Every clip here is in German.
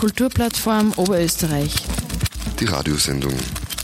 Kulturplattform Oberösterreich. Die Radiosendung.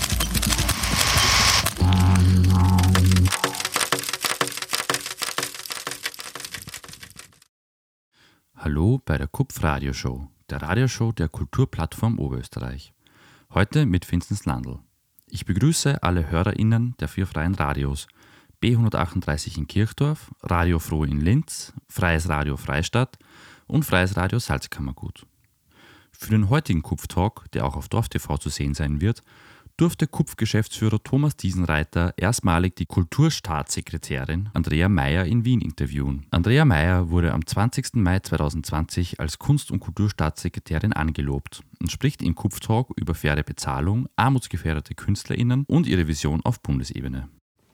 Hallo bei der KUPF-Radioshow, der Radioshow der Kulturplattform Oberösterreich. Heute mit Vinzenz Landl. Ich begrüße alle HörerInnen der 4 freien Radios: B138 in Kirchdorf, Radio Froh in Linz, Freies Radio Freistadt und Freies Radio Salzkammergut. Für den heutigen KUPF-Talk, der auch auf DorfTV zu sehen sein wird, durfte KUPF-Geschäftsführer Thomas Diesenreiter erstmalig die Kulturstaatssekretärin Andrea Meier in Wien interviewen. Andrea Meier wurde am 20. Mai 2020 als Kunst- und Kulturstaatssekretärin angelobt und spricht im KUPF-Talk über faire Bezahlung, armutsgefährdete KünstlerInnen und ihre Vision auf Bundesebene.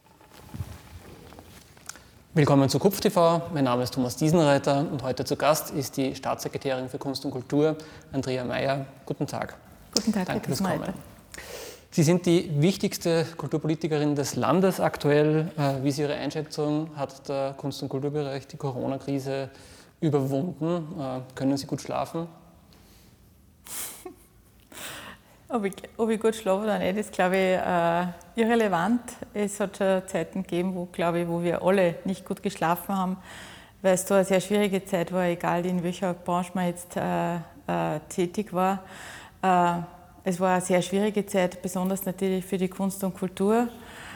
Willkommen zu KUPF-TV. Mein Name ist Thomas Diesenreiter und heute zu Gast ist die Staatssekretärin für Kunst und Kultur, Andrea Meier. Guten Tag. Guten Tag, danke fürs Kommen. Sie sind die wichtigste Kulturpolitikerin des Landes aktuell. Wie ist Ihre Einschätzung? Hat der Kunst- und Kulturbereich die Corona-Krise überwunden? Können Sie gut schlafen? Ob ich gut schlafe oder nicht, ist, glaube ich, irrelevant. Es hat schon Zeiten gegeben, wo wir alle nicht gut geschlafen haben, weil es da eine sehr schwierige Zeit war, egal in welcher Branche man jetzt tätig war. Es war eine sehr schwierige Zeit, besonders natürlich für die Kunst und Kultur.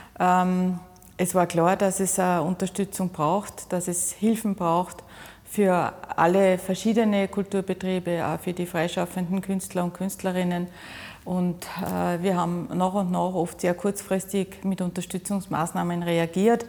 Es war klar, dass es Unterstützung braucht, dass es Hilfen braucht für alle verschiedene Kulturbetriebe, auch für die freischaffenden Künstler und Künstlerinnen. Und wir haben nach und nach oft sehr kurzfristig mit Unterstützungsmaßnahmen reagiert.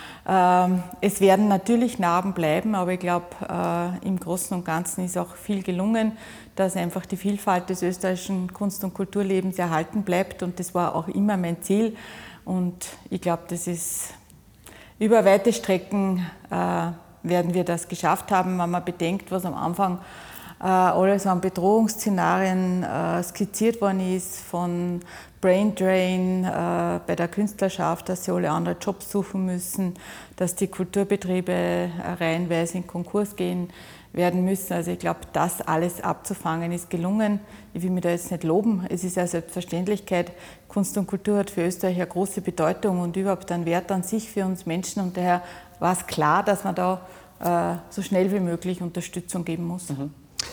Es werden natürlich Narben bleiben, aber ich glaube, im Großen und Ganzen ist auch viel gelungen, dass einfach die Vielfalt des österreichischen Kunst- und Kulturlebens erhalten bleibt. Und das war auch immer mein Ziel. Und ich glaube, das ist über weite Strecken werden wir das geschafft haben, wenn man bedenkt, was am Anfang alles an Bedrohungsszenarien skizziert worden ist, von Braindrain bei der Künstlerschaft, dass sie alle andere Jobs suchen müssen, dass die Kulturbetriebe reihenweise in Konkurs gehen werden müssen. Also ich glaube, das alles abzufangen ist gelungen. Ich will mich da jetzt nicht loben, es ist eine Selbstverständlichkeit. Kunst und Kultur hat für Österreich eine große Bedeutung und überhaupt einen Wert an sich für uns Menschen. Und daher war es klar, dass man da so schnell wie möglich Unterstützung geben muss. Mhm.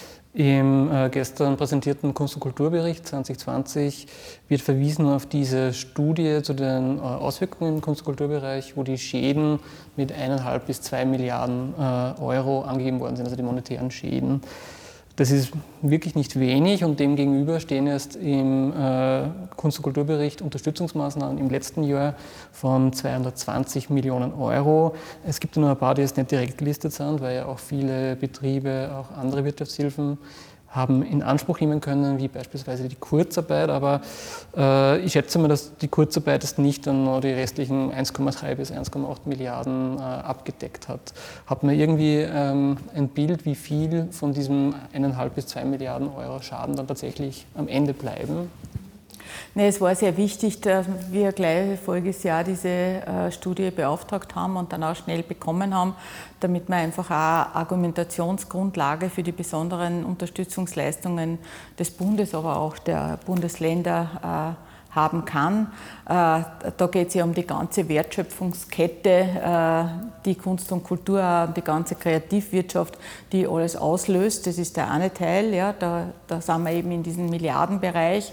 Im gestern präsentierten Kunst- und Kulturbericht 2020 wird verwiesen auf diese Studie zu den Auswirkungen im Kunst- und Kulturbereich, wo die Schäden mit 1,5 bis 2 Milliarden Euro angegeben worden sind, also die monetären Schäden. Das ist wirklich nicht wenig und demgegenüber stehen erst im Kunst- und Kulturbericht Unterstützungsmaßnahmen im letzten Jahr von 220 Millionen Euro. Es gibt nur ein paar, die jetzt nicht direkt gelistet sind, weil ja auch viele Betriebe auch andere Wirtschaftshilfen haben in Anspruch nehmen können, wie beispielsweise die Kurzarbeit. Aber ich schätze mal, dass die Kurzarbeit jetzt nicht dann noch die restlichen 1,3 bis 1,8 Milliarden abgedeckt hat. Hat man irgendwie ein Bild, wie viel von diesem 1,5 bis 2 Milliarden Euro Schaden dann tatsächlich am Ende bleiben? Nee, es war sehr wichtig, dass wir gleich voriges Jahr diese Studie beauftragt haben und dann auch schnell bekommen haben, damit man einfach auch Argumentationsgrundlage für die besonderen Unterstützungsleistungen des Bundes, aber auch der Bundesländer haben kann. Da geht es ja um die ganze Wertschöpfungskette, die Kunst und Kultur, die ganze Kreativwirtschaft, die alles auslöst. Das ist der eine Teil, ja, da sind wir eben in diesem Milliardenbereich.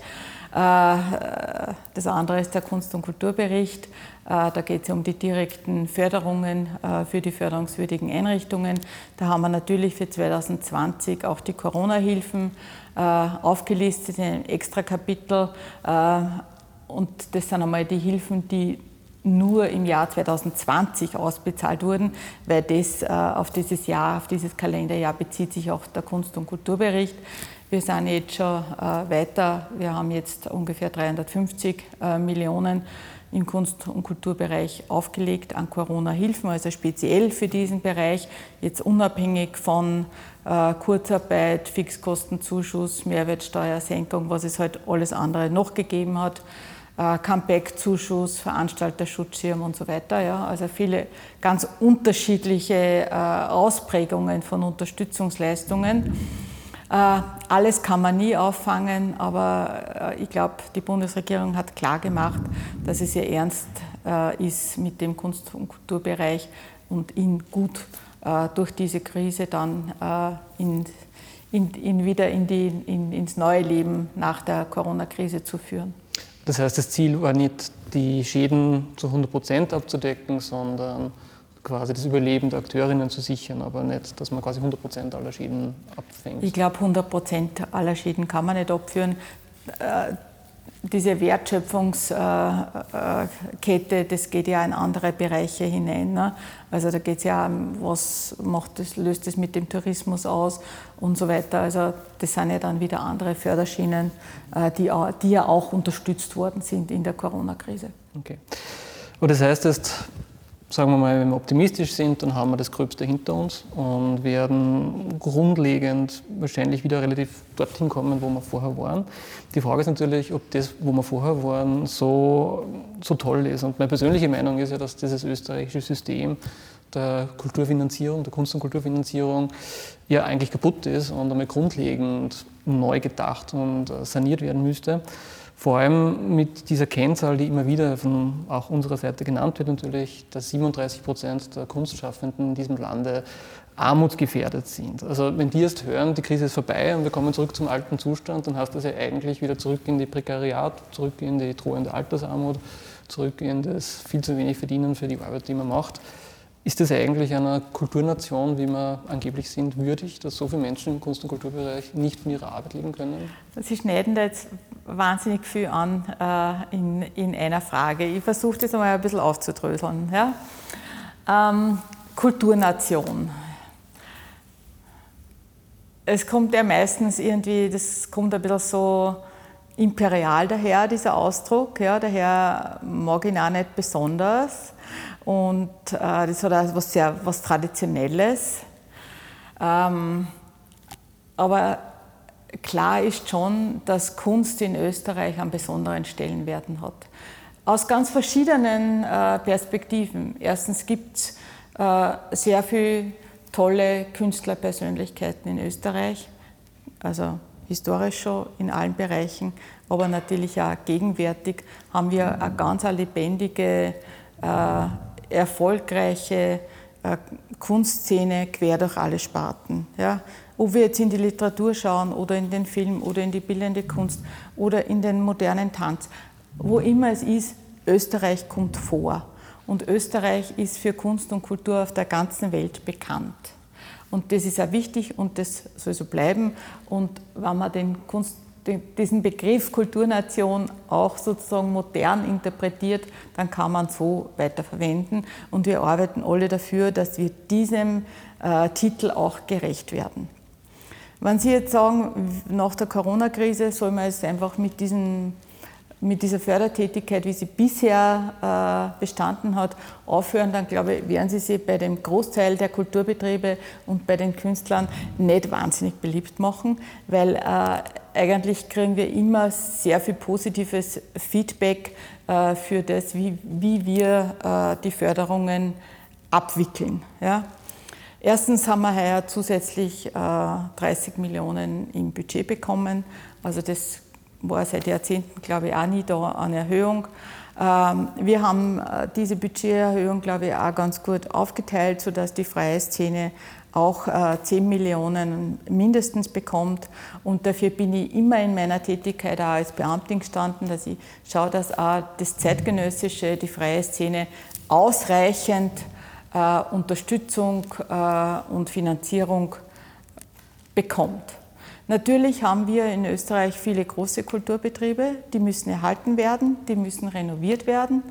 Das andere ist der Kunst- und Kulturbericht. Da geht es um die direkten Förderungen für die förderungswürdigen Einrichtungen. Da haben wir natürlich für 2020 auch die Corona-Hilfen aufgelistet in einem Extrakapitel. Und das sind einmal die Hilfen, die nur im Jahr 2020 ausbezahlt wurden, weil das auf dieses Jahr, auf dieses Kalenderjahr bezieht sich auch der Kunst- und Kulturbericht. Wir sind jetzt schon weiter, wir haben jetzt ungefähr 350 Millionen im Kunst- und Kulturbereich aufgelegt an Corona-Hilfen, also speziell für diesen Bereich, jetzt unabhängig von Kurzarbeit, Fixkostenzuschuss, Mehrwertsteuersenkung, was es halt alles andere noch gegeben hat, Comeback-Zuschuss, Veranstalterschutzschirm und so weiter. Ja. Also viele ganz unterschiedliche Ausprägungen von Unterstützungsleistungen. Alles kann man nie auffangen, aber ich glaube, die Bundesregierung hat klar gemacht, dass es ihr ernst ist mit dem Kunst- und Kulturbereich und ihn gut durch diese Krise dann wieder ins neue Leben nach der Corona-Krise zu führen. Das heißt, das Ziel war nicht, die Schäden zu 100% abzudecken, sondern quasi das Überleben der Akteurinnen zu sichern, aber nicht, dass man quasi 100% aller Schäden abfängt. Ich glaube, 100% aller Schäden kann man nicht abführen. Diese Wertschöpfungskette, das geht ja in andere Bereiche hinein. Ne? Also da geht es ja um, was löst es mit dem Tourismus aus und so weiter. Also das sind ja dann wieder andere Förderschienen, die ja auch unterstützt worden sind in der Corona-Krise. Okay. Aber das heißt jetzt, sagen wir mal, wenn wir optimistisch sind, dann haben wir das Gröbste hinter uns und werden grundlegend wahrscheinlich wieder relativ dorthin kommen, wo wir vorher waren. Die Frage ist natürlich, ob das, wo wir vorher waren, so toll ist. Und meine persönliche Meinung ist ja, dass dieses österreichische System der Kulturfinanzierung, der Kunst- und Kulturfinanzierung ja eigentlich kaputt ist und einmal grundlegend neu gedacht und saniert werden müsste. Vor allem mit dieser Kennzahl, die immer wieder von auch unserer Seite genannt wird natürlich, dass 37% der Kunstschaffenden in diesem Lande armutsgefährdet sind. Also wenn die erst hören, die Krise ist vorbei und wir kommen zurück zum alten Zustand, dann heißt das ja eigentlich wieder zurück in die Prekariat, zurück in die drohende Altersarmut, zurück in das viel zu wenig Verdienen für die Arbeit, die man macht. Ist das eigentlich einer Kulturnation, wie wir angeblich sind, würdig, dass so viele Menschen im Kunst- und Kulturbereich nicht von ihrer Arbeit leben können? Sie schneiden da jetzt wahnsinnig viel an in einer Frage. Ich versuche das einmal ein bisschen aufzudröseln. Ja? Kulturnation. Es kommt ja meistens irgendwie, das kommt ein bisschen so imperial daher, dieser Ausdruck. Ja? Daher mag ich ihn auch nicht besonders. Und das hat auch was Traditionelles. Aber klar ist schon, dass Kunst in Österreich einen besonderen Stellenwert hat. Aus ganz verschiedenen Perspektiven. Erstens gibt es sehr viele tolle Künstlerpersönlichkeiten in Österreich, also historisch schon in allen Bereichen, aber natürlich auch gegenwärtig haben wir eine ganz lebendige, erfolgreiche Kunstszene quer durch alle Sparten. Ja. Ob wir jetzt in die Literatur schauen oder in den Film oder in die bildende Kunst oder in den modernen Tanz, wo immer es ist, Österreich kommt vor. Und Österreich ist für Kunst und Kultur auf der ganzen Welt bekannt. Und das ist auch wichtig und das soll so bleiben. Und wenn man diesen Begriff Kulturnation auch sozusagen modern interpretiert, dann kann man so weiterverwenden. Und wir arbeiten alle dafür, dass wir diesem Titel auch gerecht werden. Wenn Sie jetzt sagen, nach der Corona-Krise soll man es einfach mit dieser Fördertätigkeit, wie sie bisher bestanden hat, aufhören, dann glaube ich, werden sie sich bei dem Großteil der Kulturbetriebe und bei den Künstlern nicht wahnsinnig beliebt machen, weil eigentlich kriegen wir immer sehr viel positives Feedback für das, wie wir die Förderungen abwickeln. Ja. Erstens haben wir heuer zusätzlich 30 Millionen im Budget bekommen, also das war seit Jahrzehnten, glaube ich, auch nie da eine Erhöhung. Wir haben diese Budgeterhöhung, glaube ich, auch ganz gut aufgeteilt, sodass die freie Szene auch 10 Millionen mindestens bekommt. Und dafür bin ich immer in meiner Tätigkeit auch als Beamtin gestanden, dass ich schaue, dass auch das Zeitgenössische, die freie Szene ausreichend Unterstützung und Finanzierung bekommt. Natürlich haben wir in Österreich viele große Kulturbetriebe, die müssen erhalten werden, die müssen renoviert werden,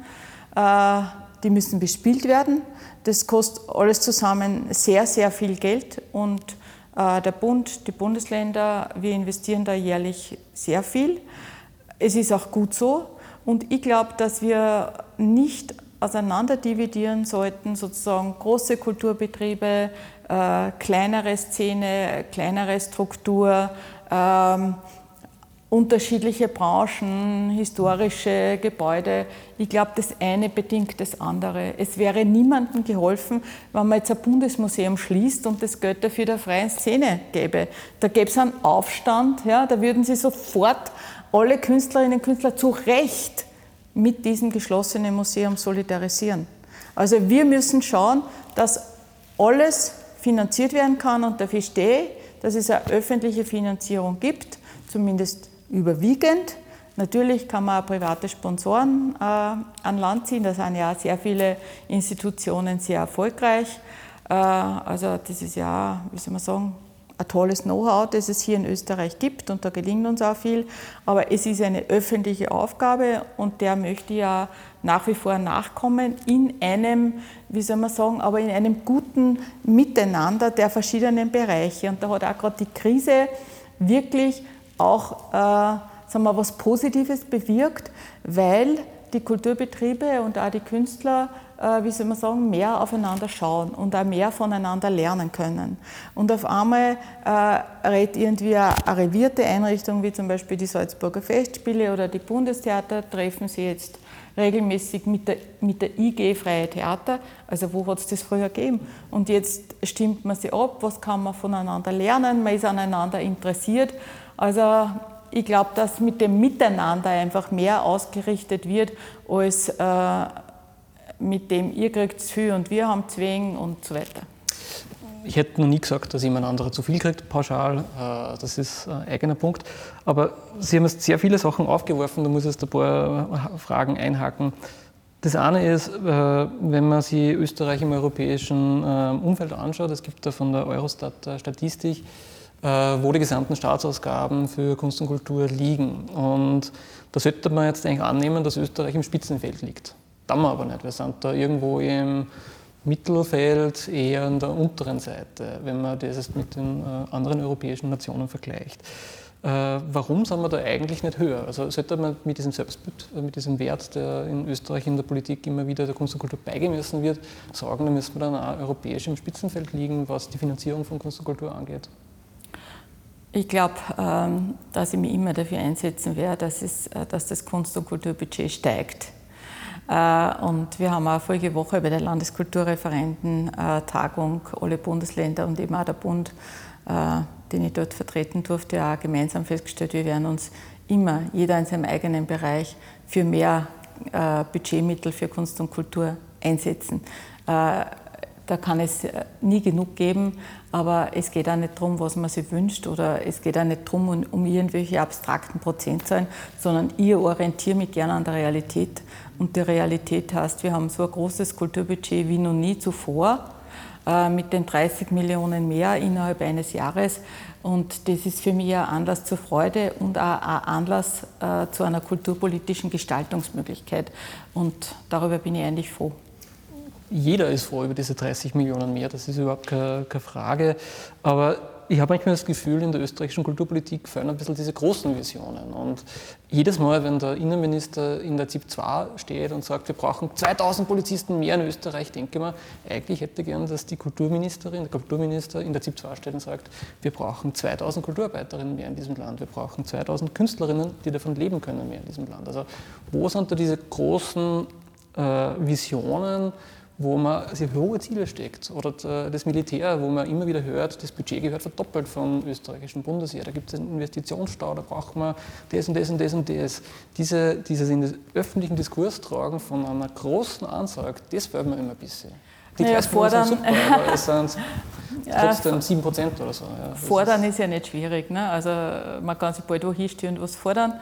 die müssen bespielt werden. Das kostet alles zusammen sehr, sehr viel Geld und der Bund, die Bundesländer, wir investieren da jährlich sehr viel. Es ist auch gut so und ich glaube, dass wir nicht auseinanderdividieren sollten, sozusagen große Kulturbetriebe, kleinere Szene, kleinere Struktur, unterschiedliche Branchen, historische Gebäude. Ich glaube, das eine bedingt das andere. Es wäre niemandem geholfen, wenn man jetzt ein Bundesmuseum schließt und das Geld dafür der freien Szene gäbe. Da gäbe es einen Aufstand, ja, da würden sie sofort alle Künstlerinnen und Künstler zu Recht mit diesem geschlossenen Museum solidarisieren. Also wir müssen schauen, dass alles finanziert werden kann und dafür stehe ich, dass es eine öffentliche Finanzierung gibt, zumindest überwiegend. Natürlich kann man auch private Sponsoren an Land ziehen, da sind ja sehr viele Institutionen sehr erfolgreich. Also das ist ja, wie soll man sagen, ein tolles Know-how, das es hier in Österreich gibt und da gelingt uns auch viel. Aber es ist eine öffentliche Aufgabe und der möchte ich ja nach wie vor nachkommen in einem, wie soll man sagen, aber in einem guten Miteinander der verschiedenen Bereiche. Und da hat auch gerade die Krise wirklich auch sagen wir, was Positives bewirkt, weil die Kulturbetriebe und auch die Künstler, wie soll man sagen, mehr aufeinander schauen und auch mehr voneinander lernen können. Und auf einmal redet irgendwie eine arrivierte Einrichtung, wie zum Beispiel die Salzburger Festspiele oder die Bundestheater, treffen sie jetzt regelmäßig mit der IG Freie Theater. Also wo hat es das früher gegeben? Und jetzt stimmt man sich ab, was kann man voneinander lernen, man ist aneinander interessiert. Also ich glaube, dass mit dem Miteinander einfach mehr ausgerichtet wird, als mit dem ihr kriegt es viel und wir haben Zwang und so weiter. Ich hätte noch nie gesagt, dass jemand anderer zu viel kriegt, pauschal. Das ist ein eigener Punkt. Aber Sie haben jetzt sehr viele Sachen aufgeworfen, da muss ich jetzt ein paar Fragen einhaken. Das eine ist, wenn man sich Österreich im europäischen Umfeld anschaut, es gibt da von der Eurostat Statistik, wo die gesamten Staatsausgaben für Kunst und Kultur liegen. Und da sollte man jetzt eigentlich annehmen, dass Österreich im Spitzenfeld liegt. Das tun wir aber nicht. Wir sind da irgendwo im Mittelfeld, eher an der unteren Seite, wenn man das mit den anderen europäischen Nationen vergleicht. Warum sind wir da eigentlich nicht höher? Also sollte man mit diesem Selbstbild, mit diesem Wert, der in Österreich in der Politik immer wieder der Kunst und Kultur beigemessen wird, sagen, da müssen wir dann auch europäisch im Spitzenfeld liegen, was die Finanzierung von Kunst und Kultur angeht? Ich glaube, dass ich mich immer dafür einsetzen werde, dass das Kunst- und Kulturbudget steigt. Und wir haben auch vorige Woche bei der Landeskulturreferenten-Tagung alle Bundesländer und eben auch der Bund, den ich dort vertreten durfte, auch gemeinsam festgestellt, wir werden uns immer, jeder in seinem eigenen Bereich, für mehr Budgetmittel für Kunst und Kultur einsetzen. Da kann es nie genug geben, aber es geht auch nicht darum, was man sich wünscht oder es geht auch nicht darum, um irgendwelche abstrakten Prozentzahlen, sondern ich orientiere mich gerne an der Realität. Und die Realität heißt, wir haben so ein großes Kulturbudget wie noch nie zuvor, mit den 30 Millionen mehr innerhalb eines Jahres. Und das ist für mich ein Anlass zur Freude und auch ein Anlass zu einer kulturpolitischen Gestaltungsmöglichkeit. Und darüber bin ich eigentlich froh. Jeder ist froh über diese 30 Millionen mehr, das ist überhaupt keine Frage. Aber ich habe manchmal das Gefühl, in der österreichischen Kulturpolitik fehlen ein bisschen diese großen Visionen. Und jedes Mal, wenn der Innenminister in der ZIP 2 steht und sagt, wir brauchen 2000 Polizisten mehr in Österreich, denke ich mir, eigentlich hätte ich gern, dass die Kulturministerin, der Kulturminister in der ZIP 2 steht und sagt, wir brauchen 2000 Kulturarbeiterinnen mehr in diesem Land, wir brauchen 2000 Künstlerinnen, die davon leben können, mehr in diesem Land. Also wo sind da diese großen Visionen, wo man sich hohe Ziele steckt, oder das Militär, wo man immer wieder hört, das Budget gehört verdoppelt vom österreichischen Bundesheer, da gibt es einen Investitionsstau, da braucht man das und das und das und das. Dieses in den öffentlichen Diskurs tragen von einer großen Ansage, das fällt mir immer ein bisschen. Die fordern, sind super, aber es sind trotzdem 7% oder so. Ja, fordern ist ja nicht schwierig, ne? Also man kann sich bald wo hinstellen und was fordern,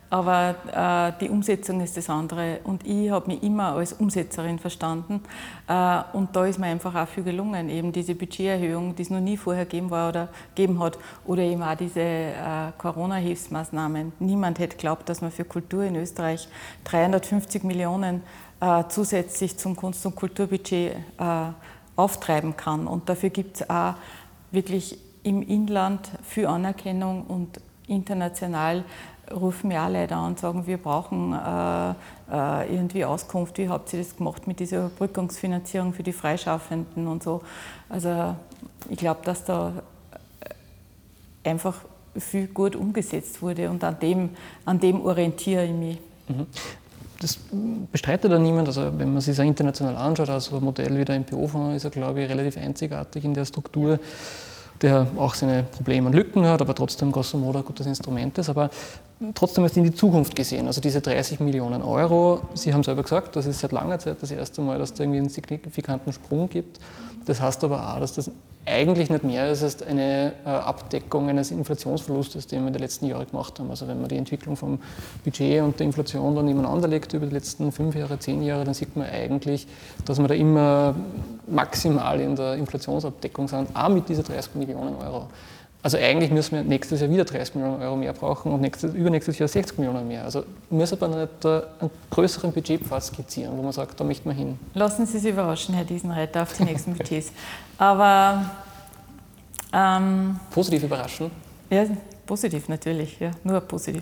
aber die Umsetzung ist das andere. Und ich habe mich immer als Umsetzerin verstanden. Und da ist mir einfach auch viel gelungen. Eben diese Budgeterhöhung, die es noch nie vorher gegeben hat. Oder eben auch diese Corona-Hilfsmaßnahmen. Niemand hätte geglaubt, dass man für Kultur in Österreich 350 Millionen zusätzlich zum Kunst- und Kulturbudget auftreiben kann. Und dafür gibt es auch wirklich im Inland viel Anerkennung und international rufen mir auch Leute an und sagen, wir brauchen irgendwie Auskunft, wie habt ihr das gemacht mit dieser Überbrückungsfinanzierung für die Freischaffenden und so. Also ich glaube, dass da einfach viel gut umgesetzt wurde und an dem orientiere ich mich. Das bestreitet ja niemand, also wenn man sich das international anschaut, also ein Modell wie der MPO-Fonds ist ja, glaube ich, relativ einzigartig in der Struktur, der auch seine Probleme und Lücken hat, aber trotzdem grosso modo ein gutes Instrument ist. Aber trotzdem ist in die Zukunft gesehen, also diese 30 Millionen Euro, Sie haben selber gesagt, das ist seit langer Zeit das erste Mal, dass es da irgendwie einen signifikanten Sprung gibt. Das heißt aber auch, dass das eigentlich nicht mehr ist als eine Abdeckung eines Inflationsverlustes, den wir in den letzten Jahren gemacht haben. Also wenn man die Entwicklung vom Budget und der Inflation dann nebeneinander legt über die letzten 5 Jahre, 10 Jahre, dann sieht man eigentlich, dass wir da immer maximal in der Inflationsabdeckung sind, auch mit diesen 30 Millionen Euro. Also eigentlich müssen wir nächstes Jahr wieder 30 Millionen Euro mehr brauchen und übernächstes Jahr 60 Millionen mehr. Also müssen wir nicht einen größeren Budgetpfad skizzieren, wo man sagt, da möchten wir hin. Lassen Sie sich überraschen, Herr Diesenreiter, auf die nächsten Budgets. Aber positiv überraschen? Ja, positiv natürlich, ja, nur positiv.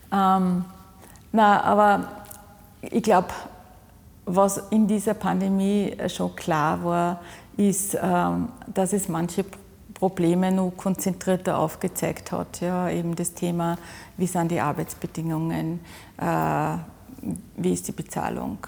Aber ich glaube, was in dieser Pandemie schon klar war, ist, dass es manche Probleme nur konzentrierter aufgezeigt hat. Ja, eben das Thema, wie sind die Arbeitsbedingungen, wie ist die Bezahlung,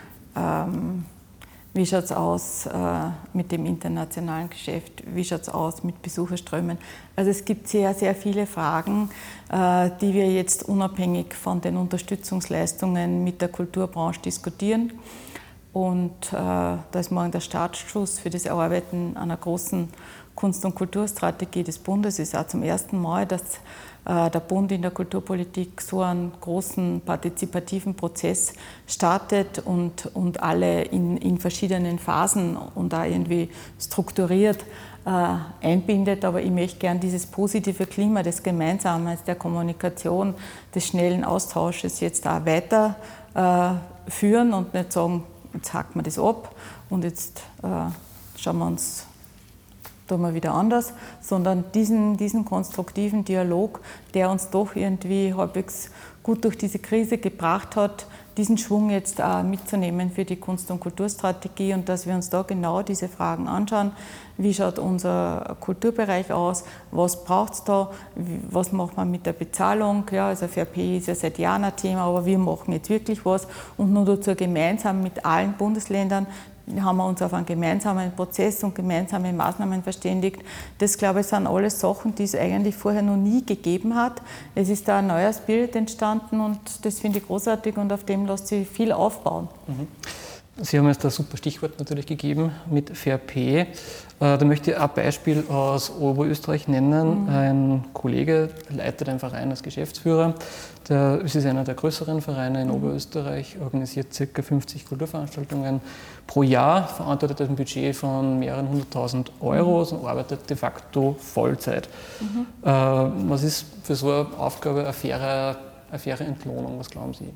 wie schaut es aus mit dem internationalen Geschäft, wie schaut es aus mit Besucherströmen. Also es gibt sehr, sehr viele Fragen, die wir jetzt unabhängig von den Unterstützungsleistungen mit der Kulturbranche diskutieren. Und da ist morgen der Startschuss für das Erarbeiten einer großen Kunst- und Kulturstrategie des Bundes. Es ist auch zum ersten Mal, dass der Bund in der Kulturpolitik so einen großen partizipativen Prozess startet und alle in verschiedenen Phasen und auch irgendwie strukturiert einbindet. Aber ich möchte gern dieses positive Klima des Gemeinsamen, der Kommunikation, des schnellen Austausches jetzt auch weiter führen und nicht sagen, jetzt hacken wir das ab und jetzt schauen wir uns tun wir wieder anders, sondern diesen konstruktiven Dialog, der uns doch irgendwie halbwegs gut durch diese Krise gebracht hat, diesen Schwung jetzt auch mitzunehmen für die Kunst- und Kulturstrategie und dass wir uns da genau diese Fragen anschauen. Wie schaut unser Kulturbereich aus? Was braucht es da? Was macht man mit der Bezahlung? Ja, also FRP ist ja seit Jahren ein Thema, aber wir machen jetzt wirklich was und nur dazu gemeinsam mit allen Bundesländern haben wir uns auf einen gemeinsamen Prozess und gemeinsame Maßnahmen verständigt. Das, glaube ich, sind alles Sachen, die es eigentlich vorher noch nie gegeben hat. Es ist da ein neuer Spirit entstanden und das finde ich großartig und auf dem lässt sich viel aufbauen. Sie haben jetzt ein super Stichwort natürlich gegeben mit FRP. Da möchte ich ein Beispiel aus Oberösterreich nennen. Ein Kollege leitet einen Verein als Geschäftsführer. Es ist einer der größeren Vereine in Oberösterreich, organisiert ca. 50 Kulturveranstaltungen pro Jahr, verantwortet ein Budget von mehreren 100.000 Euro und arbeitet de facto Vollzeit. Was ist für so eine Aufgabe eine faire Entlohnung? Was glauben Sie?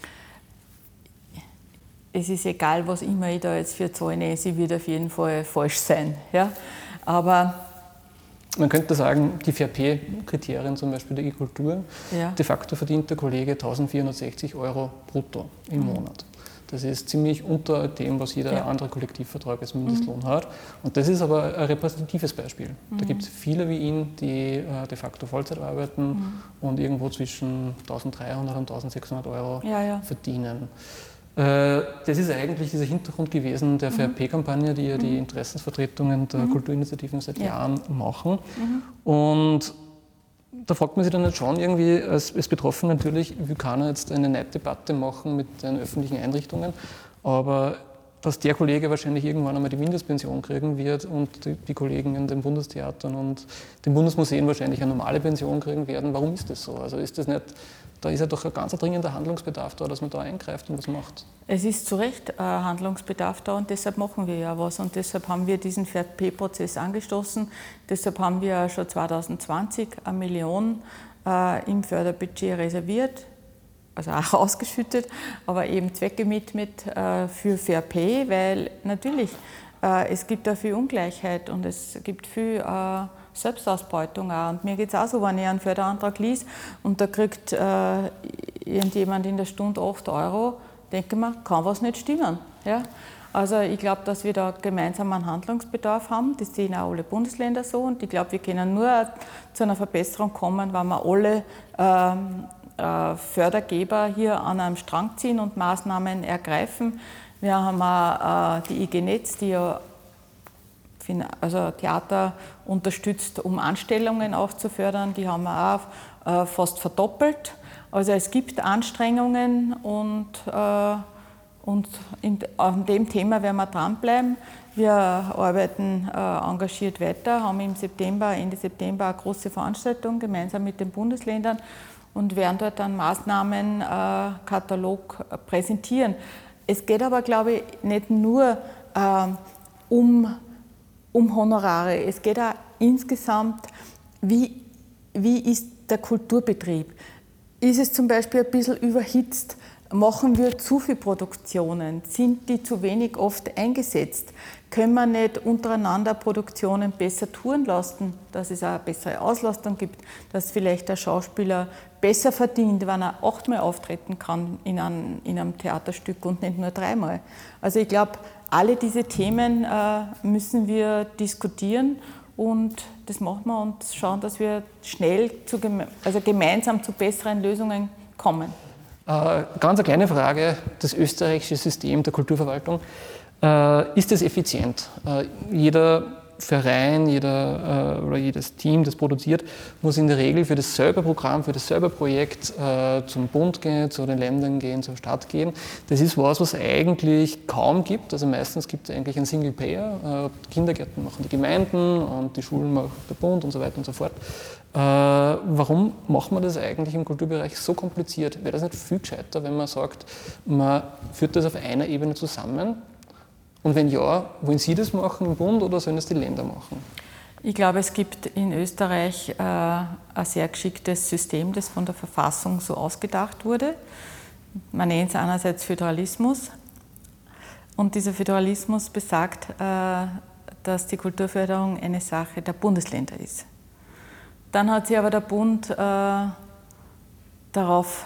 Es ist egal, was immer ich da jetzt für zahle, sie wird auf jeden Fall falsch sein. Ja? Aber man könnte sagen, die FRP-Kriterien, zum Beispiel der E-Kultur, ja. De facto verdient der Kollege 1.460 Euro brutto im Monat. Das ist ziemlich unter dem, was jeder andere Kollektivvertrag als Mindestlohn hat. Und das ist aber ein repräsentatives Beispiel. Da gibt es viele wie ihn, die de facto Vollzeit arbeiten und irgendwo zwischen 1.300 und 1.600 Euro verdienen. Das ist eigentlich dieser Hintergrund gewesen der FRP-Kampagne, die ja die Interessensvertretungen der Kulturinitiativen seit Jahren machen. Und da fragt man sich dann jetzt schon irgendwie als Betroffener natürlich, wie kann er jetzt eine Neiddebatte machen mit den öffentlichen Einrichtungen, aber dass der Kollege wahrscheinlich irgendwann einmal die Mindestpension kriegen wird und die Kollegen in den Bundestheatern und den Bundesmuseen wahrscheinlich eine normale Pension kriegen werden. Warum ist das so? Also ist das nicht, da ist ja doch ein ganz dringender Handlungsbedarf da, dass man da eingreift und was macht. Es ist zu Recht Handlungsbedarf da und deshalb machen wir ja was und deshalb haben wir diesen FRP-Prozess angestoßen. Deshalb haben wir schon 2020 1 Million im Förderbudget reserviert. Also auch ausgeschüttet, aber eben zweckgewidmet für FRP, weil natürlich es gibt da viel Ungleichheit und es gibt viel Selbstausbeutung auch. Und mir geht es auch so, wenn ich einen Förderantrag liest und da kriegt irgendjemand in der Stunde 8 Euro, denke ich mir, kann was nicht stimmen. Ja? Also ich glaube, dass wir da gemeinsam einen Handlungsbedarf haben. Das sehen auch alle Bundesländer so. Und ich glaube, wir können nur zu einer Verbesserung kommen, wenn wir alle Fördergeber hier an einem Strang ziehen und Maßnahmen ergreifen. Wir haben auch die IG Netz, die ja Theater unterstützt, um Anstellungen auch zu fördern. Die haben wir auch fast verdoppelt. Also es gibt Anstrengungen und an dem Thema werden wir dranbleiben. Wir arbeiten engagiert weiter, haben Ende September eine große Veranstaltung gemeinsam mit den Bundesländern und werden dort einen Maßnahmenkatalog präsentieren. Es geht aber, glaube ich, nicht nur um Honorare. Es geht auch insgesamt, wie ist der Kulturbetrieb? Ist es zum Beispiel ein bisschen überhitzt? Machen wir zu viele Produktionen? Sind die zu wenig oft eingesetzt? Können wir nicht untereinander Produktionen besser touren lassen, dass es auch eine bessere Auslastung gibt, dass vielleicht der Schauspieler besser verdient, wenn er 8-mal auftreten kann in einem Theaterstück und nicht nur 3-mal? Also ich glaube, alle diese Themen müssen wir diskutieren und das machen wir und schauen, dass wir schnell gemeinsam zu besseren Lösungen kommen. Ganz eine kleine Frage, das österreichische System der Kulturverwaltung, ist es effizient? Jeder Verein, oder jedes Team, das produziert, muss in der Regel für das selber Programm, für das selber Projekt zum Bund gehen, zu den Ländern gehen, zur Stadt gehen. Das ist was es eigentlich kaum gibt. Also meistens gibt es eigentlich einen Single Payer. Kindergärten machen die Gemeinden und die Schulen macht der Bund und so weiter und so fort. Warum macht man das eigentlich im Kulturbereich so kompliziert? Wäre das nicht viel gescheiter, wenn man sagt, man führt das auf einer Ebene zusammen? Und wenn ja, wollen Sie das machen im Bund oder sollen das die Länder machen? Ich glaube, es gibt in Österreich ein sehr geschicktes System, das von der Verfassung so ausgedacht wurde. Man nennt es einerseits Föderalismus. Und dieser Föderalismus besagt, dass die Kulturförderung eine Sache der Bundesländer ist. Dann hat sich aber der Bund darauf,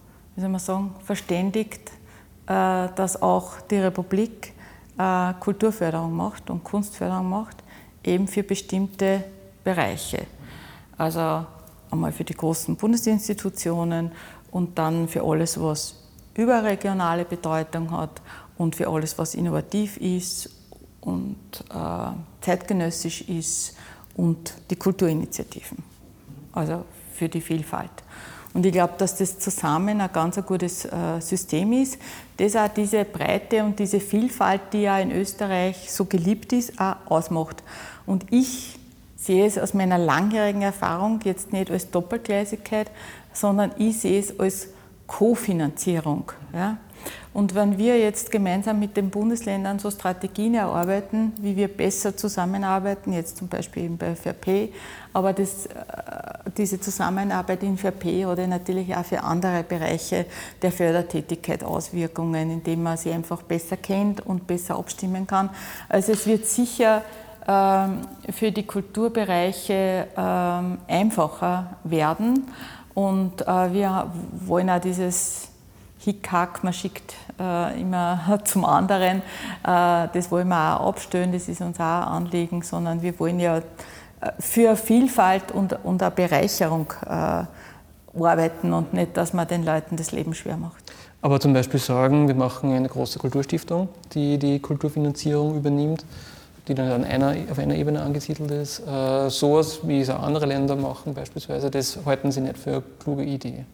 verständigt, dass auch die Republik Kulturförderung macht und Kunstförderung macht, eben für bestimmte Bereiche. Also einmal für die großen Bundesinstitutionen und dann für alles, was überregionale Bedeutung hat und für alles, was innovativ ist und zeitgenössisch ist und die Kulturinitiativen, also für die Vielfalt. Und ich glaube, dass das zusammen ein ganz gutes System ist, das auch diese Breite und diese Vielfalt, die ja in Österreich so geliebt ist, auch ausmacht. Und ich sehe es aus meiner langjährigen Erfahrung jetzt nicht als Doppelgleisigkeit, sondern ich sehe es als Kofinanzierung. Ja? Und wenn wir jetzt gemeinsam mit den Bundesländern so Strategien erarbeiten, wie wir besser zusammenarbeiten, jetzt zum Beispiel eben bei FRP, aber diese Zusammenarbeit in FRP hat natürlich auch für andere Bereiche der Fördertätigkeit Auswirkungen, indem man sie einfach besser kennt und besser abstimmen kann. Also es wird sicher für die Kulturbereiche einfacher werden und wir wollen auch dieses Hickhack, man schickt immer zum anderen, das wollen wir auch abstellen, das ist uns auch ein Anliegen, sondern wir wollen ja für Vielfalt und eine Bereicherung arbeiten und nicht, dass man den Leuten das Leben schwer macht. Aber zum Beispiel sagen, wir machen eine große Kulturstiftung, die die Kulturfinanzierung übernimmt, die dann auf einer Ebene angesiedelt ist. Sowas, wie es auch andere Länder machen beispielsweise, das halten Sie nicht für eine kluge Idee?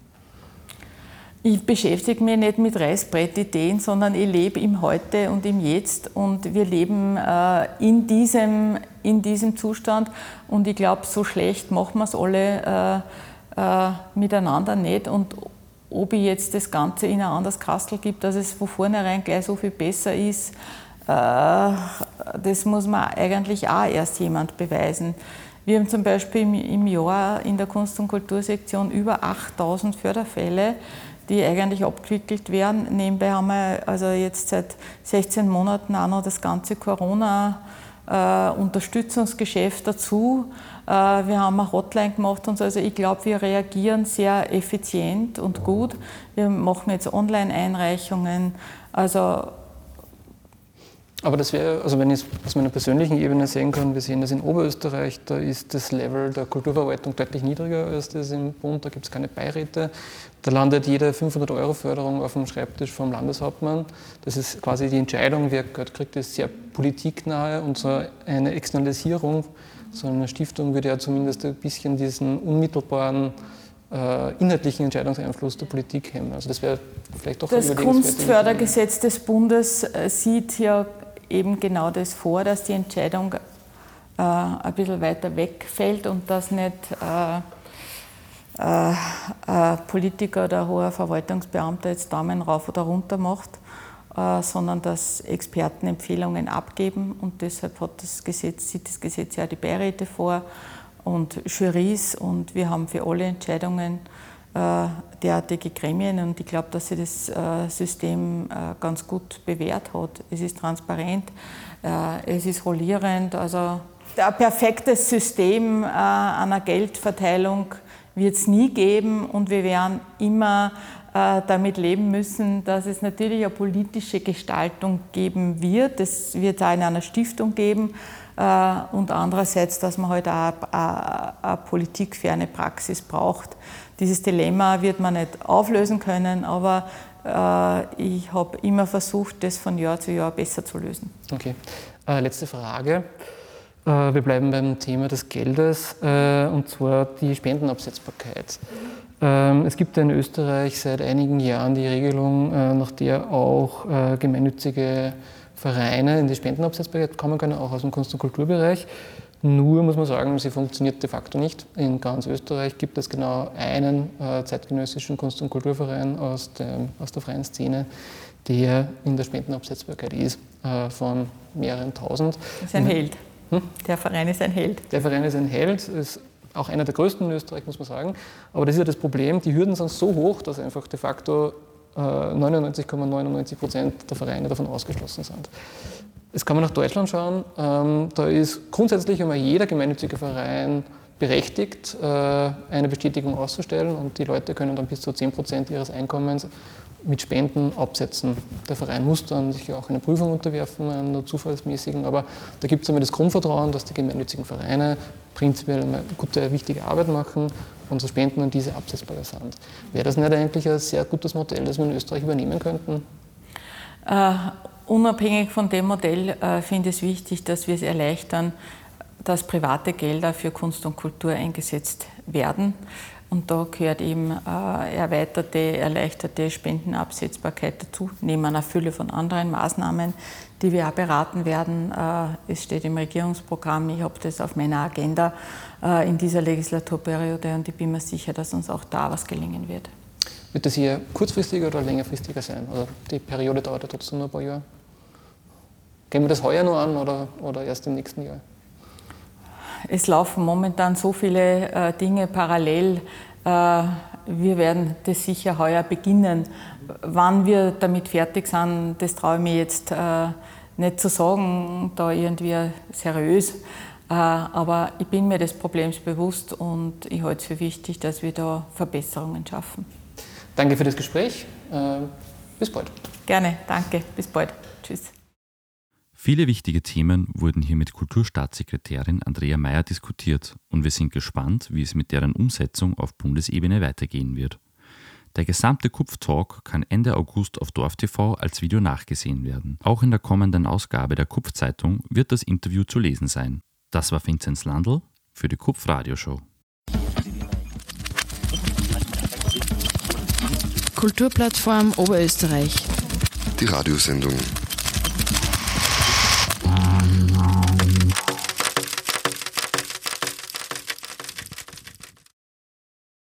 Ich beschäftige mich nicht mit Reißbrettideen, sondern ich lebe im Heute und im Jetzt und wir leben in diesem Zustand und ich glaube, so schlecht machen wir es alle miteinander nicht und ob ich jetzt das Ganze in ein anderes Kastel gibt, dass es von vornherein gleich so viel besser ist, das muss man eigentlich auch erst jemand beweisen. Wir haben zum Beispiel im Jahr in der Kunst- und Kultursektion über 8000 Förderfälle, die eigentlich abgewickelt werden. Nebenbei haben wir also jetzt seit 16 Monaten auch noch das ganze Corona-Unterstützungsgeschäft dazu. Wir haben eine Hotline gemacht und so. Also ich glaube, wir reagieren sehr effizient und gut. Wir machen jetzt Online-Einreichungen. Also Aber das wäre, also wenn ich es aus meiner persönlichen Ebene sehen kann, wir sehen das in Oberösterreich, da ist das Level der Kulturverwaltung deutlich niedriger als das im Bund, da gibt es keine Beiräte. Da landet jede 500-Euro-Förderung auf dem Schreibtisch vom Landeshauptmann. Das ist quasi die Entscheidung, wer Geld kriegt, ist sehr politiknahe und so eine Externalisierung, so eine Stiftung würde ja zumindest ein bisschen diesen unmittelbaren inhaltlichen Entscheidungseinfluss der Politik hemmen. Also das wäre vielleicht doch das Kunstfördergesetz des Bundes sieht ja eben genau das vor, dass die Entscheidung ein bisschen weiter wegfällt und dass nicht ein Politiker oder ein hoher Verwaltungsbeamter jetzt Daumen rauf oder runter macht, sondern dass Experten Empfehlungen abgeben und deshalb sieht das Gesetz ja die Beiräte vor und Jurys und wir haben für alle Entscheidungen derartige Gremien und ich glaube, dass sich das System ganz gut bewährt hat. Es ist transparent, es ist rollierend, also ein perfektes System einer Geldverteilung wird es nie geben und wir werden immer damit leben müssen, dass es natürlich eine politische Gestaltung geben wird. Das wird es auch in einer Stiftung geben und andererseits, dass man halt auch eine politikferne Praxis braucht. Dieses Dilemma wird man nicht auflösen können, aber ich habe immer versucht, das von Jahr zu Jahr besser zu lösen. Okay, letzte Frage. Wir bleiben beim Thema des Geldes und zwar die Spendenabsetzbarkeit. Es gibt in Österreich seit einigen Jahren die Regelung, nach der auch gemeinnützige Vereine in die Spendenabsetzbarkeit kommen können, auch aus dem Kunst- und Kulturbereich. Nur muss man sagen, sie funktioniert de facto nicht. In ganz Österreich gibt es genau einen zeitgenössischen Kunst- und Kulturverein aus der freien Szene, der in der Spendenabsetzbarkeit ist, von mehreren tausend. Das ist ein Held. Der Verein ist ein Held. Der Verein ist ein Held, ist auch einer der größten in Österreich, muss man sagen. Aber das ist ja das Problem, die Hürden sind so hoch, dass einfach de facto 99,99% der Vereine davon ausgeschlossen sind. Jetzt kann man nach Deutschland schauen, da ist grundsätzlich immer jeder gemeinnützige Verein berechtigt, eine Bestätigung auszustellen und die Leute können dann bis zu 10% ihres Einkommens mit Spenden absetzen. Der Verein muss dann sich auch einer Prüfung unterwerfen, einer zufallsmäßigen, aber da gibt es einmal das Grundvertrauen, dass die gemeinnützigen Vereine prinzipiell eine gute, wichtige Arbeit machen und so Spenden an diese absetzbar sind. Wäre das nicht eigentlich ein sehr gutes Modell, das wir in Österreich übernehmen könnten? Unabhängig von dem Modell finde ich es wichtig, dass wir es erleichtern, dass private Gelder für Kunst und Kultur eingesetzt werden. Und da gehört eben erleichterte Spendenabsetzbarkeit dazu, neben einer Fülle von anderen Maßnahmen, die wir auch beraten werden. Es steht im Regierungsprogramm, ich habe das auf meiner Agenda in dieser Legislaturperiode und ich bin mir sicher, dass uns auch da was gelingen wird. Wird das hier kurzfristiger oder längerfristiger sein? Oder die Periode dauert ja trotzdem nur ein paar Jahre? Gehen wir das heuer nur an oder erst im nächsten Jahr? Es laufen momentan so viele Dinge parallel. Wir werden das sicher heuer beginnen. Wann wir damit fertig sind, das traue ich mir jetzt nicht zu sagen, da irgendwie seriös. Aber ich bin mir des Problems bewusst und ich halte es für wichtig, dass wir da Verbesserungen schaffen. Danke für das Gespräch. Bis bald. Gerne, danke. Bis bald. Tschüss. Viele wichtige Themen wurden hier mit Kulturstaatssekretärin Andrea Meier diskutiert und wir sind gespannt, wie es mit deren Umsetzung auf Bundesebene weitergehen wird. Der gesamte KUPF-Talk kann Ende August auf DorfTV als Video nachgesehen werden. Auch in der kommenden Ausgabe der KUPF-Zeitung wird das Interview zu lesen sein. Das war Vinzenz Landl für die KUPF-Radioshow. Kulturplattform Oberösterreich. Die Radiosendung